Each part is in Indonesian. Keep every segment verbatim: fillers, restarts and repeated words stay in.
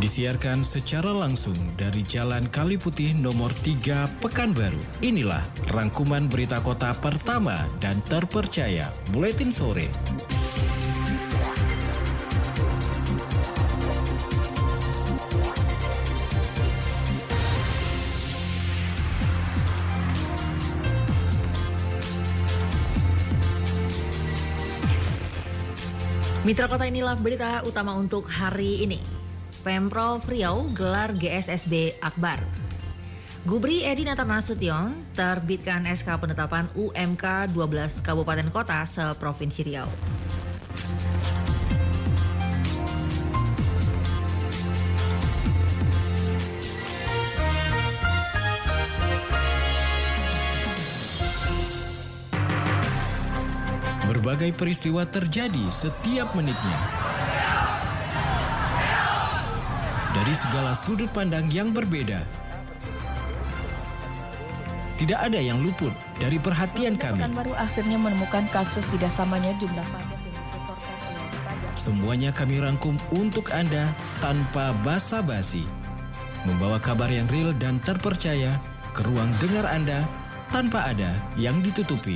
disiarkan secara langsung dari Jalan Kaliputih nomor tiga Pekanbaru. Inilah rangkuman berita kota pertama dan terpercaya, Buletin Sore. Mitra Kota, inilah berita utama untuk hari ini. Pemprov Riau gelar G S S B Akbar. Gubri Edi Natar Nasution terbitkan S K penetapan U M K dua belas Kabupaten Kota se-Provinsi Riau. Berbagai peristiwa terjadi setiap menitnya. Dari segala sudut pandang yang berbeda. Tidak ada yang luput dari perhatian kami. Pekanbaru akhirnya menemukan kasus tidak samanya jumlah pajak yang disetorkan oleh pajak. Semuanya kami rangkum untuk Anda tanpa basa-basi. Membawa kabar yang real dan terpercaya ke ruang dengar Anda tanpa ada yang ditutupi.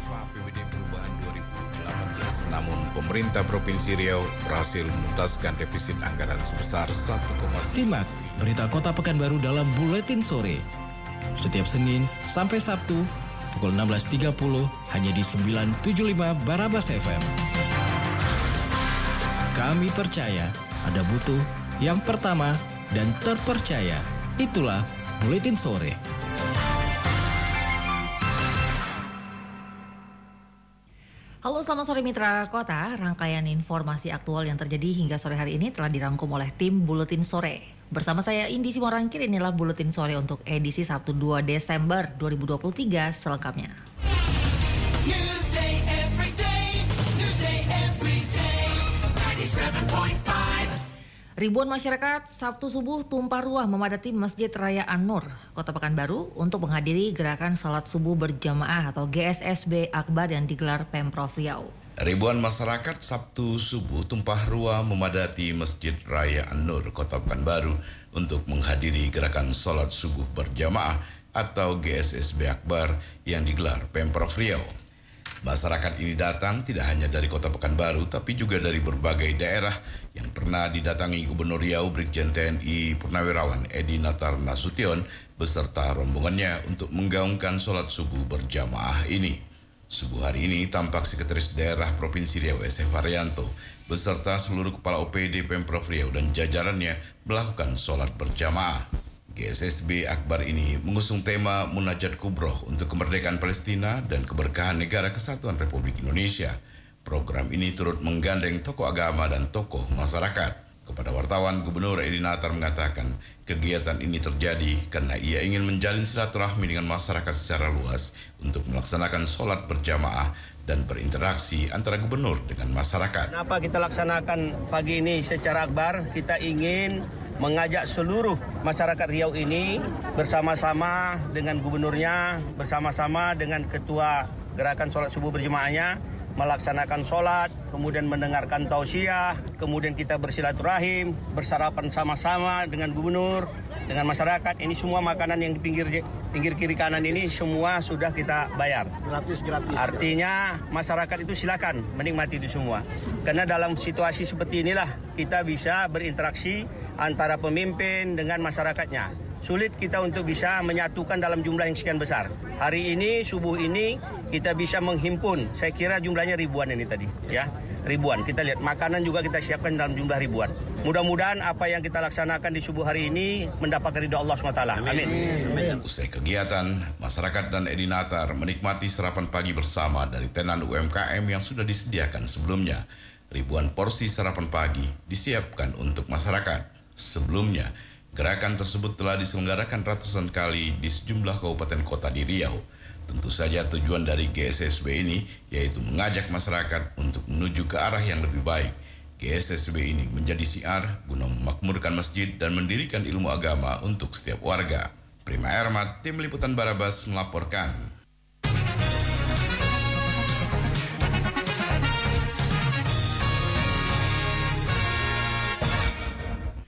Namun pemerintah Provinsi Riau berhasil menuntaskan defisit anggaran sebesar satu koma lima. Simak berita Kota Pekanbaru dalam Buletin Sore. Setiap Senin sampai Sabtu pukul enam belas tiga puluh hanya di sembilan tujuh lima Barabas F M. Kami percaya ada butuh yang pertama dan terpercaya. Itulah Buletin Sore. Halo, selamat sore Mitra Kota. Rangkaian informasi aktual yang terjadi hingga sore hari ini telah dirangkum oleh tim Buletin Sore. Bersama saya Indi Simorangkir, inilah Buletin Sore untuk edisi Sabtu dua Desember dua ribu dua puluh tiga selengkapnya. Newsday every day, Newsday every day, ninety-seven point five. Ribuan masyarakat Sabtu subuh tumpah ruah memadati Masjid Raya An-Nur, Kota Pekanbaru untuk menghadiri gerakan salat subuh berjamaah atau G S S B Akbar yang digelar Pemprov Riau. Ribuan masyarakat Sabtu subuh tumpah ruah memadati Masjid Raya An-Nur, Kota Pekanbaru untuk menghadiri gerakan salat subuh berjamaah atau G S S B Akbar yang digelar Pemprov Riau. Masyarakat ini datang tidak hanya dari Kota Pekanbaru, tapi juga dari berbagai daerah yang pernah didatangi Gubernur Riau Brigjen T N I Purnawirawan Edi Natar Nasution beserta rombongannya untuk menggaungkan sholat subuh berjamaah ini. Subuh hari ini tampak Sekretaris Daerah Provinsi Riau S F Haryanto beserta seluruh Kepala O P D Pemprov Riau dan jajarannya melakukan sholat berjamaah. G S S B Akbar ini mengusung tema Munajat Kubroh untuk kemerdekaan Palestina dan keberkahan Negara Kesatuan Republik Indonesia. Program ini turut menggandeng tokoh agama dan tokoh masyarakat. Kepada wartawan, Gubernur Edi Natar mengatakan kegiatan ini terjadi karena ia ingin menjalin silaturahmi dengan masyarakat secara luas untuk melaksanakan sholat berjamaah dan berinteraksi antara gubernur dengan masyarakat. Kenapa kita laksanakan pagi ini secara akbar? Kita ingin mengajak seluruh masyarakat Riau ini bersama-sama dengan gubernurnya, bersama-sama dengan ketua gerakan sholat subuh berjamaahnya, melaksanakan sholat, kemudian mendengarkan tausiah, kemudian kita bersilaturahim, bersarapan sama-sama dengan gubernur, dengan masyarakat. Ini semua makanan yang di pinggir pinggir kiri kanan ini semua sudah kita bayar. Gratis, gratis. Artinya masyarakat itu silakan menikmati itu semua. Karena dalam situasi seperti inilah kita bisa berinteraksi antara pemimpin dengan masyarakatnya. Sulit kita untuk bisa menyatukan dalam jumlah yang sekian besar. Hari ini, subuh ini, kita bisa menghimpun. Saya kira jumlahnya ribuan ini tadi, ya. Ribuan. Kita lihat, makanan juga kita siapkan dalam jumlah ribuan. Mudah-mudahan apa yang kita laksanakan di subuh hari ini mendapat ridho Allah subhanahu wa taala. Amin. Amin. Usai kegiatan, masyarakat dan Edi Natar menikmati sarapan pagi bersama dari tenan U M K M yang sudah disediakan sebelumnya. Ribuan porsi sarapan pagi disiapkan untuk masyarakat. Sebelumnya, gerakan tersebut telah diselenggarakan ratusan kali di sejumlah kabupaten kota di Riau. Tentu saja tujuan dari G S S B ini yaitu mengajak masyarakat untuk menuju ke arah yang lebih baik. G S S B ini menjadi siar guna memakmurkan masjid dan mendirikan ilmu agama untuk setiap warga. Prima Ermat, Tim Liputan Barabas melaporkan.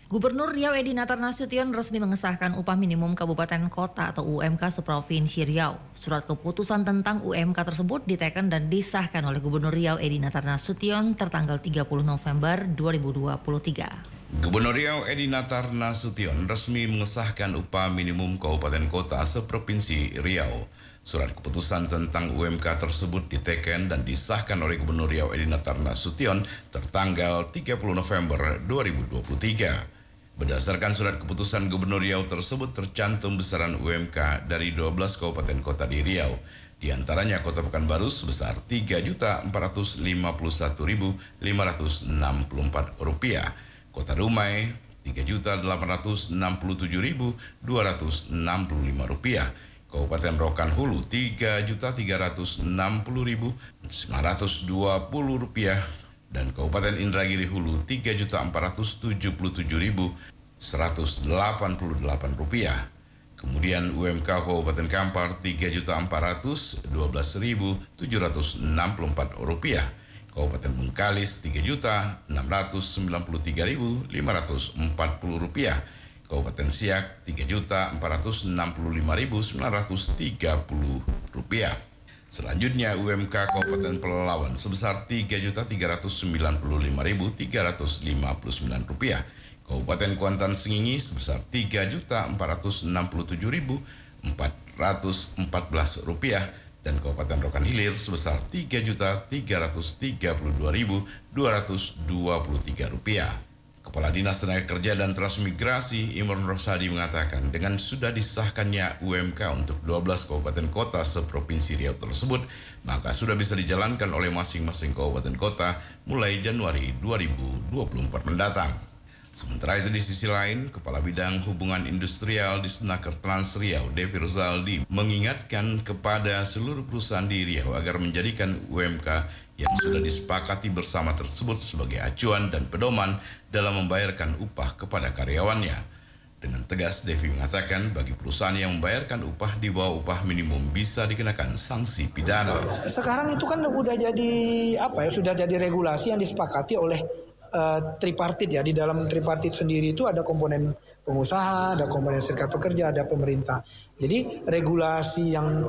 Gubernur Riau Edi Natar Nasution resmi mengesahkan upah minimum kabupaten kota atau U M K seprovinsi Riau. Surat keputusan tentang U M K tersebut diteken dan disahkan oleh Gubernur Riau Edi Natar Nasution tertanggal tiga puluh November dua ribu dua puluh tiga. Gubernur Riau Edi Natar Nasution resmi mengesahkan upah minimum kabupaten kota seprovinsi Riau. Surat keputusan tentang U M K tersebut diteken dan disahkan oleh Gubernur Riau Edi Natar Nasution tertanggal tiga puluh November dua ribu dua puluh tiga. Berdasarkan surat keputusan Gubernur Riau tersebut tercantum besaran U M K dari dua belas kabupaten kota di Riau. Di antaranya Kota Pekanbaru sebesar tiga juta empat ratus lima puluh satu ribu lima ratus enam puluh empat rupiah. Kota Dumai tiga juta delapan ratus enam puluh tujuh ribu dua ratus enam puluh lima rupiah. Kabupaten Rokan Hulu tiga juta tiga ratus enam puluh ribu sembilan ratus dua puluh rupiah. Dan Kabupaten Indragiri Hulu tiga juta empat ratus tujuh puluh tujuh ribu seratus delapan puluh delapan rupiah. Kemudian U M K Kabupaten Kampar tiga juta empat ratus dua belas ribu tujuh ratus enam puluh empat rupiah. Kabupaten Bengkalis tiga juta enam ratus sembilan puluh tiga ribu lima ratus empat puluh rupiah. Kabupaten Siak tiga juta empat ratus enam puluh lima ribu sembilan ratus tiga puluh rupiah. Selanjutnya U M K Kabupaten Pelalawan sebesar tiga juta tiga ratus sembilan puluh lima ribu tiga ratus lima puluh sembilan rupiah. Kabupaten Kuantan Sengingi sebesar tiga juta empat ratus enam puluh tujuh ribu empat ratus empat belas rupiah dan Kabupaten Rokan Hilir sebesar tiga juta tiga ratus tiga puluh dua ribu dua ratus dua puluh tiga rupiah. Kepala Dinas Tenaga Kerja dan Transmigrasi Imron Rosadi mengatakan dengan sudah disahkannya U M K untuk dua belas kabupaten kota seprovinsi Riau tersebut, maka sudah bisa dijalankan oleh masing-masing kabupaten kota mulai Januari dua ribu dua puluh empat mendatang. Sementara itu di sisi lain, Kepala Bidang Hubungan Industrial di Snaker Trans Riau, Devi Rozaldi, mengingatkan kepada seluruh perusahaan di Riau agar menjadikan U M K yang sudah disepakati bersama tersebut sebagai acuan dan pedoman dalam membayarkan upah kepada karyawannya. Dengan tegas, Devi mengatakan bagi perusahaan yang membayarkan upah di bawah upah minimum bisa dikenakan sanksi pidana. Sekarang itu kan udah jadi apa ya, sudah jadi regulasi yang disepakati oleh uh, tripartit ya. Di dalam tripartit sendiri itu ada komponen pengusaha, ada komponen serikat pekerja, ada pemerintah. Jadi regulasi yang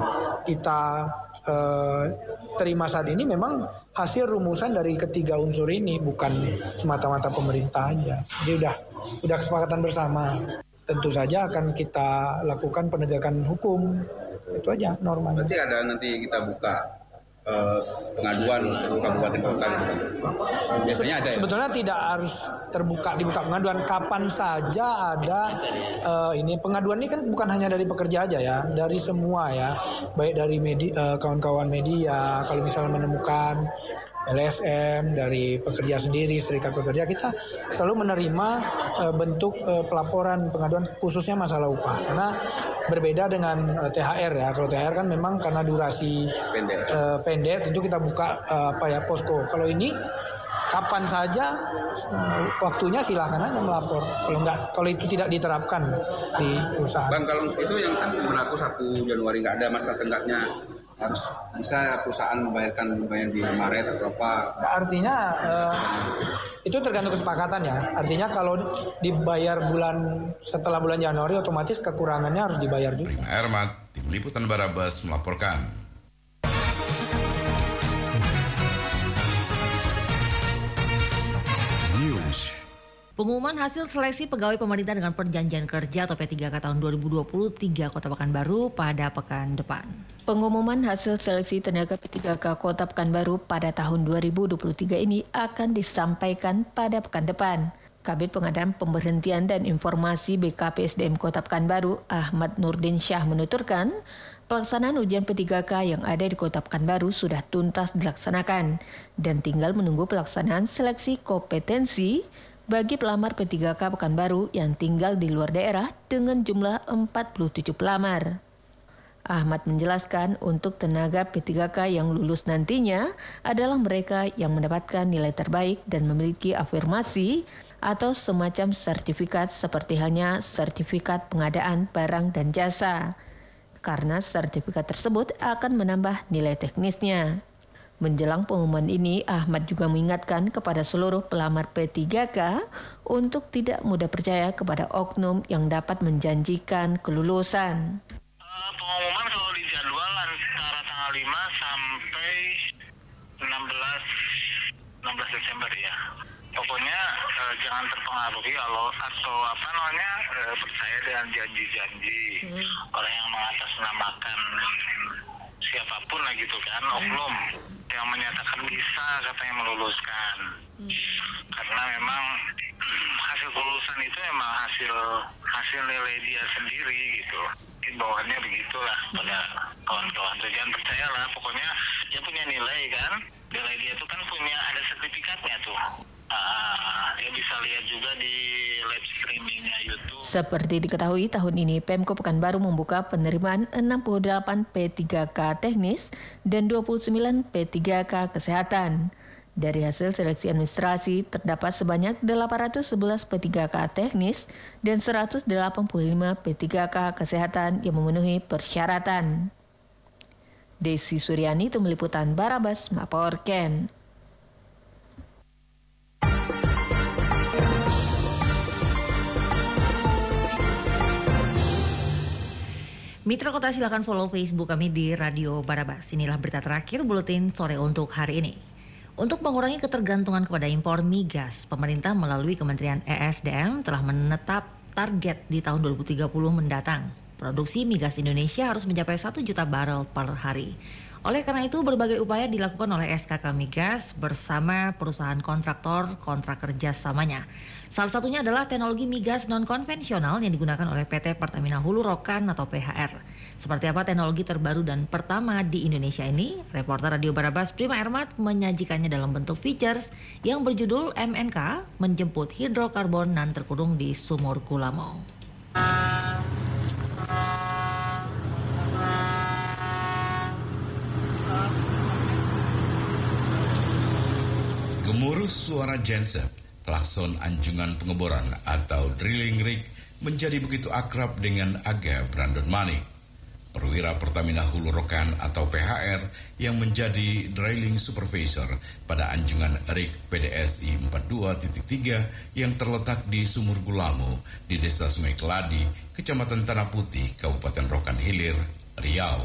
kita uh, terima saat ini memang hasil rumusan dari ketiga unsur ini, bukan semata-mata pemerintah aja. Jadi udah udah kesepakatan bersama. Tentu saja akan kita lakukan penegakan hukum. Itu aja normalnya. Berarti ada nanti kita buka uh, pengaduan seluruh kabupaten kota gitu. Biasanya ada ya? Sebetulnya tidak harus terbuka dibuka pengaduan, kapan saja ada uh, ini pengaduan ini kan bukan hanya dari pekerja aja ya, dari semua ya, baik dari media, uh, kawan-kawan media, kalau misalnya menemukan L S M dari pekerja sendiri, serikat pekerja, kita selalu menerima uh, bentuk uh, pelaporan pengaduan khususnya masalah upah, karena berbeda dengan uh, T H R ya. Kalau T H R kan memang karena durasi pendek, uh, pendek tentu kita buka uh, apa ya posko. Kalau ini kapan saja waktunya silahkan aja melapor. Kalau enggak, kalau itu tidak diterapkan di perusahaan. Bang, kalau itu yang kan berlaku satu Januari nggak ada masa tenggaknya, harus bisa perusahaan membayarkan membayar di Maret atau apa? Artinya eh, itu tergantung kesepakatan ya. Artinya kalau dibayar bulan setelah bulan Januari otomatis kekurangannya harus dibayar juga. Prima Ermat, Tim Liputan Barabas melaporkan. Pengumuman hasil seleksi pegawai pemerintah dengan perjanjian kerja atau P tiga K tahun dua ribu dua puluh tiga Kota Pekanbaru pada pekan depan. Pengumuman hasil seleksi tenaga P tiga K Kota Pekanbaru pada tahun dua ribu dua puluh tiga ini akan disampaikan pada pekan depan. Kabid Pengadaan Pemberhentian dan Informasi B K P S D M Kota Pekanbaru, Ahmad Nurdin Syah menuturkan, pelaksanaan ujian P tiga K yang ada di Kota Pekanbaru sudah tuntas dilaksanakan dan tinggal menunggu pelaksanaan seleksi kompetensi bagi pelamar P tiga K Pekanbaru yang tinggal di luar daerah dengan jumlah empat puluh tujuh pelamar. Ahmad menjelaskan untuk tenaga P tiga K yang lulus nantinya adalah mereka yang mendapatkan nilai terbaik dan memiliki afirmasi atau semacam sertifikat seperti halnya sertifikat pengadaan barang dan jasa, karena sertifikat tersebut akan menambah nilai teknisnya. Menjelang pengumuman ini, Ahmad juga mengingatkan kepada seluruh pelamar P tiga K untuk tidak mudah percaya kepada oknum yang dapat menjanjikan kelulusan. Uh, pengumuman kalau di jadwal antara tanggal lima sampai enam belas Desember ya. Pokoknya uh, jangan terpengaruhi kalau atau apa namanya uh, percaya dengan janji-janji hmm. orang yang mengatasnamakan siapapun lah gitu kan, oknum yang menyatakan bisa katanya meluluskan. Hmm. Karena memang hasil kelulusan itu memang hasil hasil nilai dia sendiri gitu. Bawaannya begitulah pada kawan-kawan. Jangan percayalah, pokoknya dia punya nilai kan. Nilai dia itu kan punya ada sertifikatnya tuh. Ah, dia bisa lihat juga di live streamingnya YouTube. Seperti diketahui, tahun ini Pemko Pekanbaru membuka penerimaan enam puluh delapan P tiga K teknis dan dua puluh sembilan P tiga K kesehatan. Dari hasil seleksi administrasi, terdapat sebanyak delapan ratus sebelas P tiga K teknis dan seratus delapan puluh lima P tiga K kesehatan yang memenuhi persyaratan. Desi Suryani, Tim Liputan Barabas melaporkan. Mitra Kota, silakan follow Facebook kami di Radio Barabas. Inilah berita terakhir buletin sore untuk hari ini. Untuk mengurangi ketergantungan kepada impor migas, pemerintah melalui Kementerian E S D M telah menetap target di tahun dua ribu tiga puluh mendatang. Produksi migas Indonesia harus mencapai satu juta barel per hari. Oleh karena itu, berbagai upaya dilakukan oleh S K K Migas bersama perusahaan kontraktor kontrak kerjasamanya. Salah satunya adalah teknologi migas non-konvensional yang digunakan oleh P T Pertamina Hulu Rokan atau P H R. Seperti apa teknologi terbaru dan pertama di Indonesia ini? Reporter Radio Barabas Prima Ermat menyajikannya dalam bentuk features yang berjudul M N K menjemput hidrokarbon nan terkurung di Sumur Kulamo. Gemuruh suara genset, klakson anjungan pengeboran atau drilling rig menjadi begitu akrab dengan Aga Brandon Manik, perwira Pertamina Hulu Rokan atau P H R yang menjadi drilling supervisor pada anjungan rig P D S I empat puluh dua titik tiga yang terletak di Sumur Gulamo di Desa Sungai Keladi, Kecamatan Tanah Putih, Kabupaten Rokan Hilir, Riau.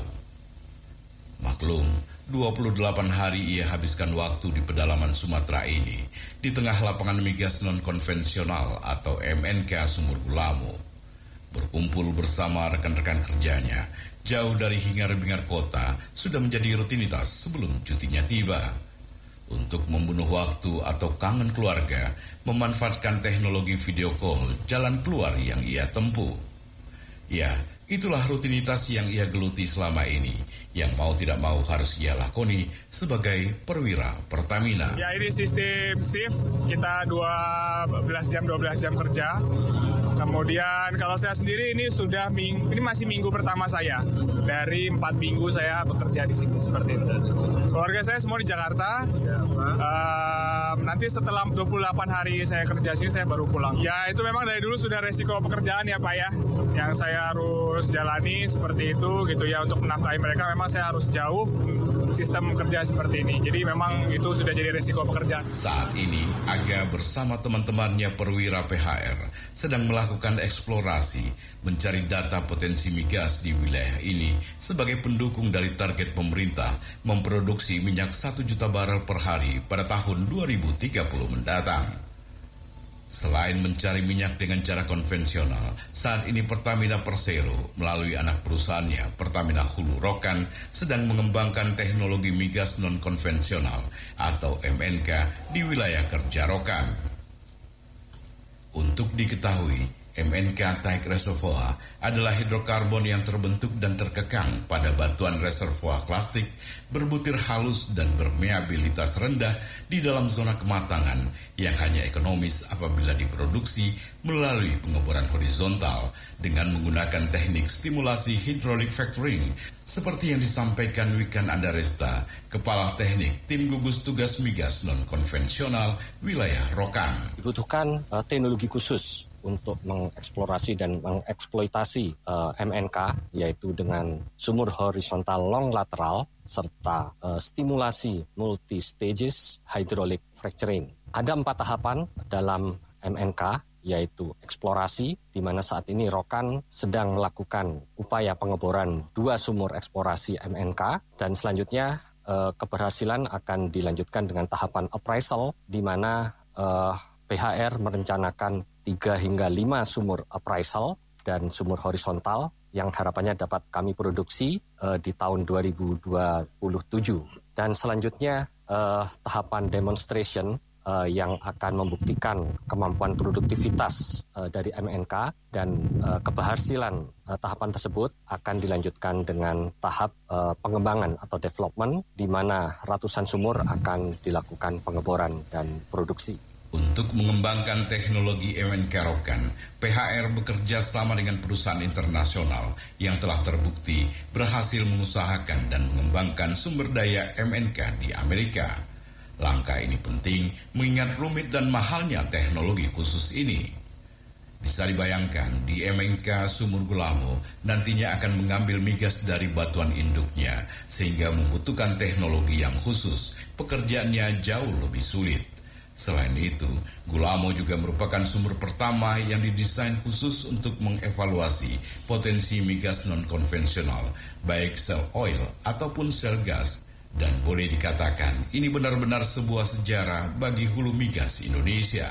Maklum, dua puluh delapan hari ia habiskan waktu di pedalaman Sumatera ini, di tengah lapangan migas non-konvensional atau M N K Sumur Gulamo. Berkumpul bersama rekan-rekan kerjanya, jauh dari hingar-bingar kota, sudah menjadi rutinitas sebelum cutinya tiba. Untuk membunuh waktu atau kangen keluarga, memanfaatkan teknologi video call jalan keluar yang ia tempuh. Ya, itulah rutinitas yang ia geluti selama ini, yang mau tidak mau harus ia lakoni sebagai perwira Pertamina. Ya, ini sistem shift, kita dua belas jam dua belas jam kerja. Kemudian kalau saya sendiri ini sudah ming, ini masih minggu pertama saya. Dari empat minggu saya bekerja di sini seperti itu. Keluarga saya semua di Jakarta. Ya, uh, nanti setelah dua puluh delapan hari saya kerja sini saya baru pulang. Ya, itu memang dari dulu sudah resiko pekerjaan ya Pak ya, yang saya harus jalani seperti itu gitu ya. Untuk menafkahi mereka memang saya harus jauh sistem kerja seperti ini. Jadi memang itu sudah jadi resiko pekerjaan. Saat ini Aga bersama teman-temannya perwira P H R sedang melakukan eksplorasi, mencari data potensi migas di wilayah ini sebagai pendukung dari target pemerintah memproduksi minyak satu juta barel per hari pada tahun dua ribu tiga puluh mendatang. Selain mencari minyak dengan cara konvensional, saat ini Pertamina Persero melalui anak perusahaannya Pertamina Hulu Rokan sedang mengembangkan teknologi migas non-konvensional atau M N K di wilayah kerja Rokan. Untuk diketahui, M N K Type Reservoir adalah hidrokarbon yang terbentuk dan terkekang pada batuan reservoir plastik berbutir halus dan bermeabilitas rendah di dalam zona kematangan yang hanya ekonomis apabila diproduksi melalui pengeboran horizontal dengan menggunakan teknik stimulasi hydraulic fracturing seperti yang disampaikan Wikan Andaresta, Kepala Teknik Tim Gugus Tugas Migas Non-Konvensional Wilayah Rokan. Dibutuhkan uh, teknologi khusus untuk mengeksplorasi dan mengeksploitasi uh, M N K, yaitu dengan sumur horizontal long lateral serta uh, stimulasi multi-stages hydraulic fracturing. Ada empat tahapan dalam M N K, yaitu eksplorasi, di mana saat ini Rokan sedang melakukan upaya pengeboran dua sumur eksplorasi M N K, dan selanjutnya eh, keberhasilan akan dilanjutkan dengan tahapan appraisal, di mana eh, P H R merencanakan tiga hingga lima sumur appraisal dan sumur horizontal yang harapannya dapat kami produksi eh, di tahun dua ribu dua puluh tujuh. Dan selanjutnya eh, tahapan demonstration Uh, yang akan membuktikan kemampuan produktivitas uh, dari M N K, dan uh, keberhasilan uh, tahapan tersebut akan dilanjutkan dengan tahap uh, pengembangan atau development, di mana ratusan sumur akan dilakukan pengeboran dan produksi. Untuk mengembangkan teknologi M N K Rokan, P H R bekerja sama dengan perusahaan internasional yang telah terbukti berhasil mengusahakan dan mengembangkan sumber daya M N K di Amerika. Langkah ini penting mengingat rumit dan mahalnya teknologi khusus ini. Bisa dibayangkan di M N K Sumur Gulamo nantinya akan mengambil migas dari batuan induknya, sehingga membutuhkan teknologi yang khusus. Pekerjaannya jauh lebih sulit. Selain itu, Gulamo juga merupakan sumur pertama yang didesain khusus untuk mengevaluasi potensi migas non-konvensional, baik sel oil ataupun sel gas. Dan boleh dikatakan ini benar-benar sebuah sejarah bagi hulu migas Indonesia.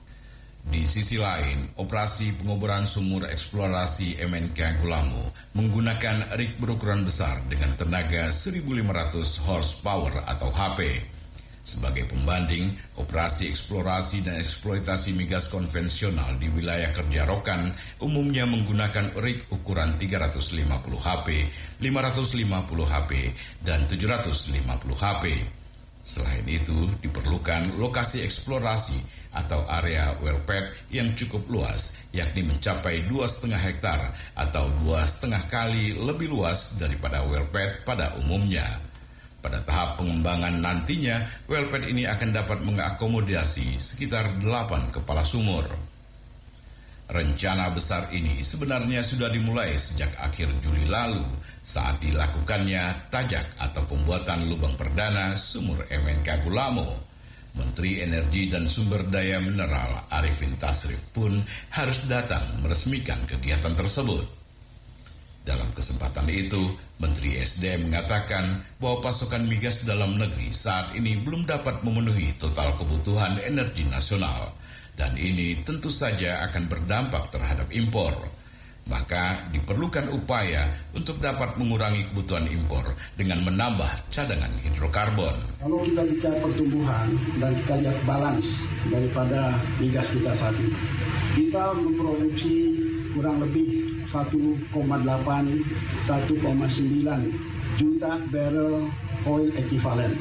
Di sisi lain, operasi pengoboran sumur eksplorasi M N K Gulamo menggunakan rig berukuran besar dengan tenaga seribu lima ratus horsepower atau H P. Sebagai pembanding, operasi eksplorasi dan eksploitasi migas konvensional di wilayah kerja Rokan umumnya menggunakan rig ukuran tiga ratus lima puluh H P, lima ratus lima puluh H P, dan tujuh ratus lima puluh H P. Selain itu, diperlukan lokasi eksplorasi atau area wellpad yang cukup luas, yakni mencapai dua koma lima hektar atau dua koma lima kali lebih luas daripada wellpad pada umumnya. Pada tahap pengembangan nantinya, wellpad ini akan dapat mengakomodasi sekitar delapan kepala sumur. Rencana besar ini sebenarnya sudah dimulai sejak akhir Juli lalu saat dilakukannya tajak atau pembuatan lubang perdana sumur M N K Gulamo. Menteri Energi dan Sumber Daya Mineral Arifin Tasrif pun harus datang meresmikan kegiatan tersebut. Dalam kesempatan itu, Menteri S D M mengatakan bahwa pasokan migas dalam negeri saat ini belum dapat memenuhi total kebutuhan energi nasional, dan ini tentu saja akan berdampak terhadap impor. Maka diperlukan upaya untuk dapat mengurangi kebutuhan impor dengan menambah cadangan hidrokarbon. Kalau kita bicara pertumbuhan dan kita lihat balance daripada migas kita saat ini, kita memproduksi kurang lebih satu koma delapan sampai satu koma sembilan juta barrel oil equivalent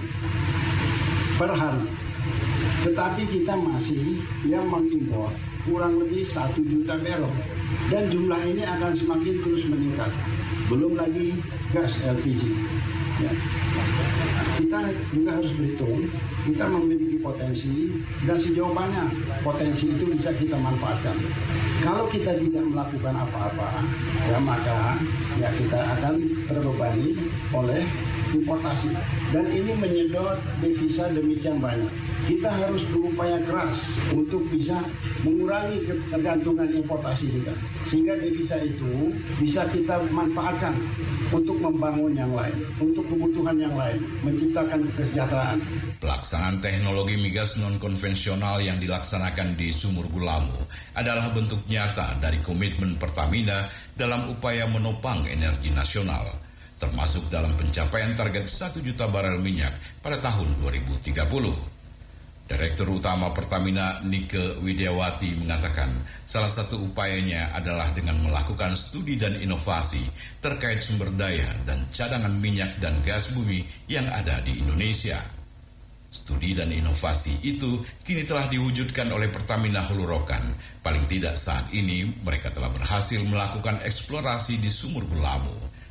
per hari. Tetapi kita masih yang mengimpor kurang lebih satu juta barrel. Dan jumlah ini akan semakin terus meningkat. Belum lagi gas L P G. Ya. Kita juga harus berhitung, kita memiliki potensi dan sejauh mana potensi itu bisa kita manfaatkan. Kalau kita tidak melakukan apa-apa, ya maka ya kita akan terbebani oleh importasi. Dan ini menyedot devisa demikian banyak. Kita harus berupaya keras untuk bisa mengurangi ketergantungan importasi kita. Sehingga devisa itu bisa kita manfaatkan untuk membangun yang lain, untuk kebutuhan yang lain, menciptakan kesejahteraan. Pelaksanaan teknologi migas non-konvensional yang dilaksanakan di Sumur Gulamo adalah bentuk nyata dari komitmen Pertamina dalam upaya menopang energi nasional, termasuk dalam pencapaian target satu juta barel minyak pada tahun dua ribu tiga puluh. Direktur Utama Pertamina Nike Widiawati mengatakan salah satu upayanya adalah dengan melakukan studi dan inovasi terkait sumber daya dan cadangan minyak dan gas bumi yang ada di Indonesia. Studi dan inovasi itu kini telah diwujudkan oleh Pertamina Hulu Rokan. Paling tidak saat ini mereka telah berhasil melakukan eksplorasi di Sumur Gulamo.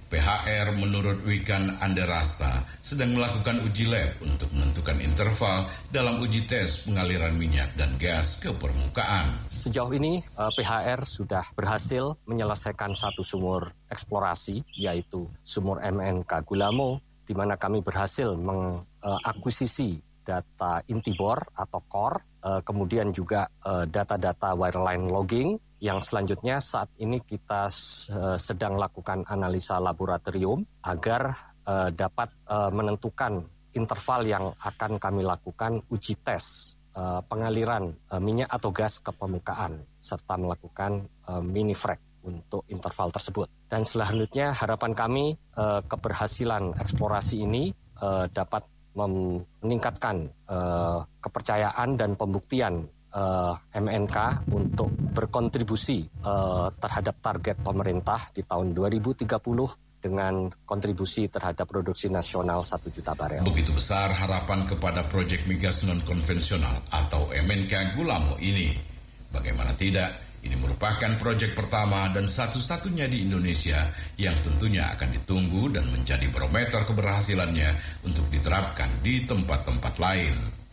P H R menurut Wikan Andarasta sedang melakukan uji lab untuk menentukan interval dalam uji tes pengaliran minyak dan gas ke permukaan. Sejauh ini P H R sudah berhasil menyelesaikan satu sumur eksplorasi, yaitu sumur M N K Gulamo, di mana kami berhasil mengakuisisi data inti bor atau core, kemudian juga data-data wireline logging. Yang selanjutnya saat ini kita sedang lakukan analisa laboratorium agar uh, dapat uh, menentukan interval yang akan kami lakukan uji tes uh, pengaliran uh, minyak atau gas ke permukaan serta melakukan uh, mini frac untuk interval tersebut. Dan selanjutnya harapan kami uh, keberhasilan eksplorasi ini uh, dapat meningkatkan uh, kepercayaan dan pembuktian Uh, M N K untuk berkontribusi uh, terhadap target pemerintah di tahun dua ribu tiga puluh dengan kontribusi terhadap produksi nasional satu juta barel. Begitu besar harapan kepada proyek migas non-konvensional atau M N K Gulamo ini. Bagaimana tidak, ini merupakan proyek pertama dan satu-satunya di Indonesia yang tentunya akan ditunggu dan menjadi barometer keberhasilannya untuk diterapkan di tempat-tempat lain.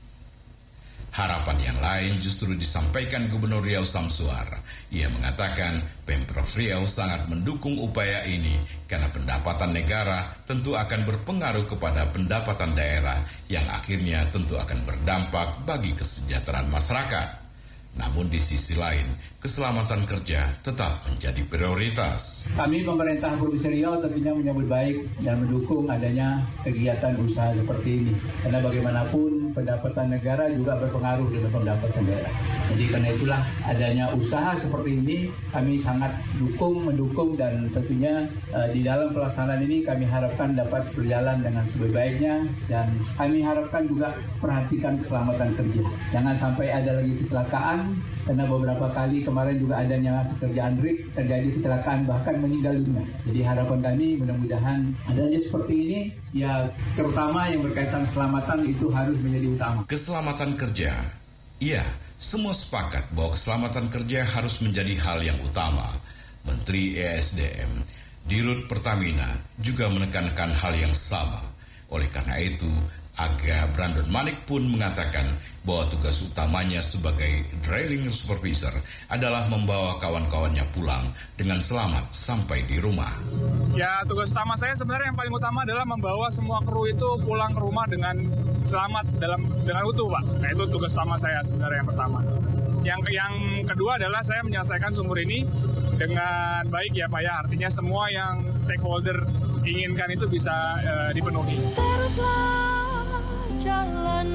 Harapan yang lain justru disampaikan Gubernur Riau Samsuar. Ia mengatakan Pemprov Riau sangat mendukung upaya ini karena pendapatan negara tentu akan berpengaruh kepada pendapatan daerah yang akhirnya tentu akan berdampak bagi kesejahteraan masyarakat. Namun di sisi lain, keselamatan kerja tetap menjadi prioritas. Kami pemerintah Provinsi Riau tentunya menyambut baik dan mendukung adanya kegiatan usaha seperti ini. Karena bagaimanapun pendapatan negara juga berpengaruh dengan pendapatan daerah. Jadi karena itulah adanya usaha seperti ini kami sangat dukung, mendukung dan tentunya uh, di dalam pelaksanaan ini kami harapkan dapat berjalan dengan sebaik-baiknya dan kami harapkan juga perhatikan keselamatan kerja. Jangan sampai ada lagi kecelakaan. Karena beberapa kali kemarin juga adanya pekerjaan rig, terjadi kecelakaan bahkan meninggal dunia. Jadi harapan kami mudah-mudahan adanya seperti ini, ya terutama yang berkaitan keselamatan itu harus menjadi utama. Keselamatan kerja, iya, semua sepakat bahwa keselamatan kerja harus menjadi hal yang utama. Menteri E S D M, Dirut Pertamina juga menekankan hal yang sama. Oleh karena itu, Aga Brandon Manik pun mengatakan bahwa tugas utamanya sebagai drilling supervisor adalah membawa kawan-kawannya pulang dengan selamat sampai di rumah. Ya, tugas utama saya sebenarnya yang paling utama adalah membawa semua kru itu pulang ke rumah dengan selamat dalam dengan utuh, Pak. Nah, itu tugas utama saya sebenarnya yang pertama. Yang yang kedua adalah saya menyelesaikan sumur ini dengan baik ya, Pak ya. Artinya semua yang stakeholder inginkan itu bisa uh, dipenuhi. Teruslah jalan,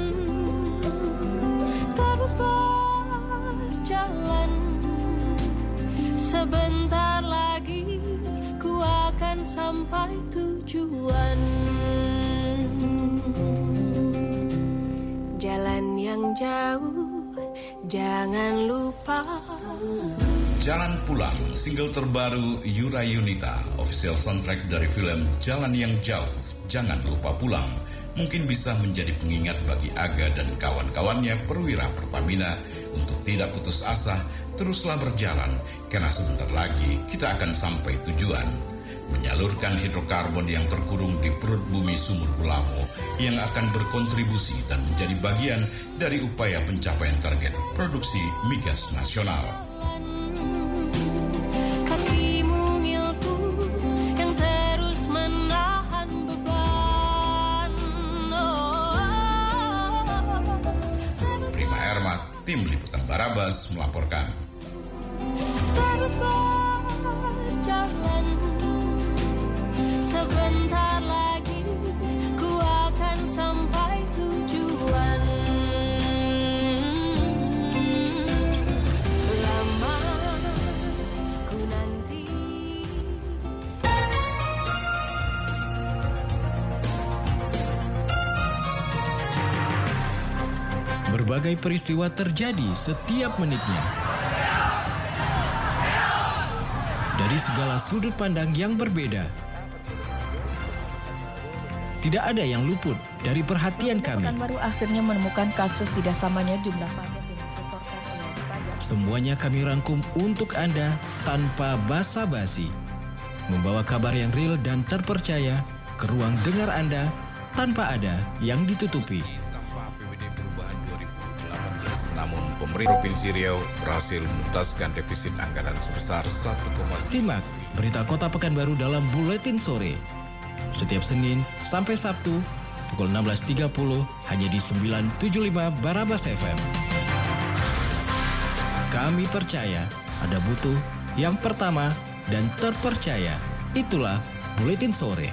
terus berjalan. Sebentar lagi ku akan sampai tujuan. Jalan yang jauh, jangan lupa. Jalan Pulang, single terbaru Yura Yunita, official soundtrack dari film Jalan yang Jauh, Jangan Lupa Pulang, mungkin bisa menjadi pengingat bagi Aga dan kawan-kawannya perwira Pertamina untuk tidak putus asa, teruslah berjalan, karena sebentar lagi kita akan sampai tujuan. Menyalurkan hidrokarbon yang terkurung di perut bumi sumur Gulamo yang akan berkontribusi dan menjadi bagian dari upaya pencapaian target produksi migas nasional. Tim Liputan Barabas melaporkan. Terus berjalan, sebentar lagi ku akan sampai tujuan. Lama ku nanti. Berbagai peristiwa terjadi setiap menitnya. Dari segala sudut pandang yang berbeda. Tidak ada yang luput dari perhatian kami. Pekanbaru akhirnya menemukan kasus tidak samanya jumlah pajak yang disetorkan oleh pajak. Semuanya kami rangkum untuk Anda tanpa basa-basi. membawa kabar yang real dan terpercaya ke ruang dengar Anda tanpa ada yang ditutupi. Tanpa A P B D perubahan dua ribu delapan belas, namun pemerintah Provinsi Riau berhasil menuntaskan defisit anggaran sebesar satu koma lima. Simak berita Kota Pekanbaru dalam Buletin Sore. Setiap Senin sampai Sabtu pukul enam belas tiga puluh hanya di sembilan tujuh lima Barabas F M. Kami percaya Anda butuh yang pertama dan terpercaya. Itulah Buletin Sore.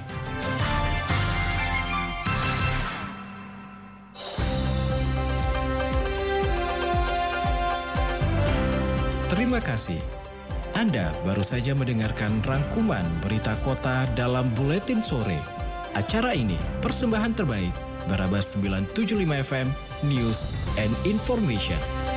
Terima kasih. Anda baru saja mendengarkan rangkuman berita kota dalam Buletin Sore. Acara ini persembahan terbaik Barabas sembilan tujuh lima F M News and Information.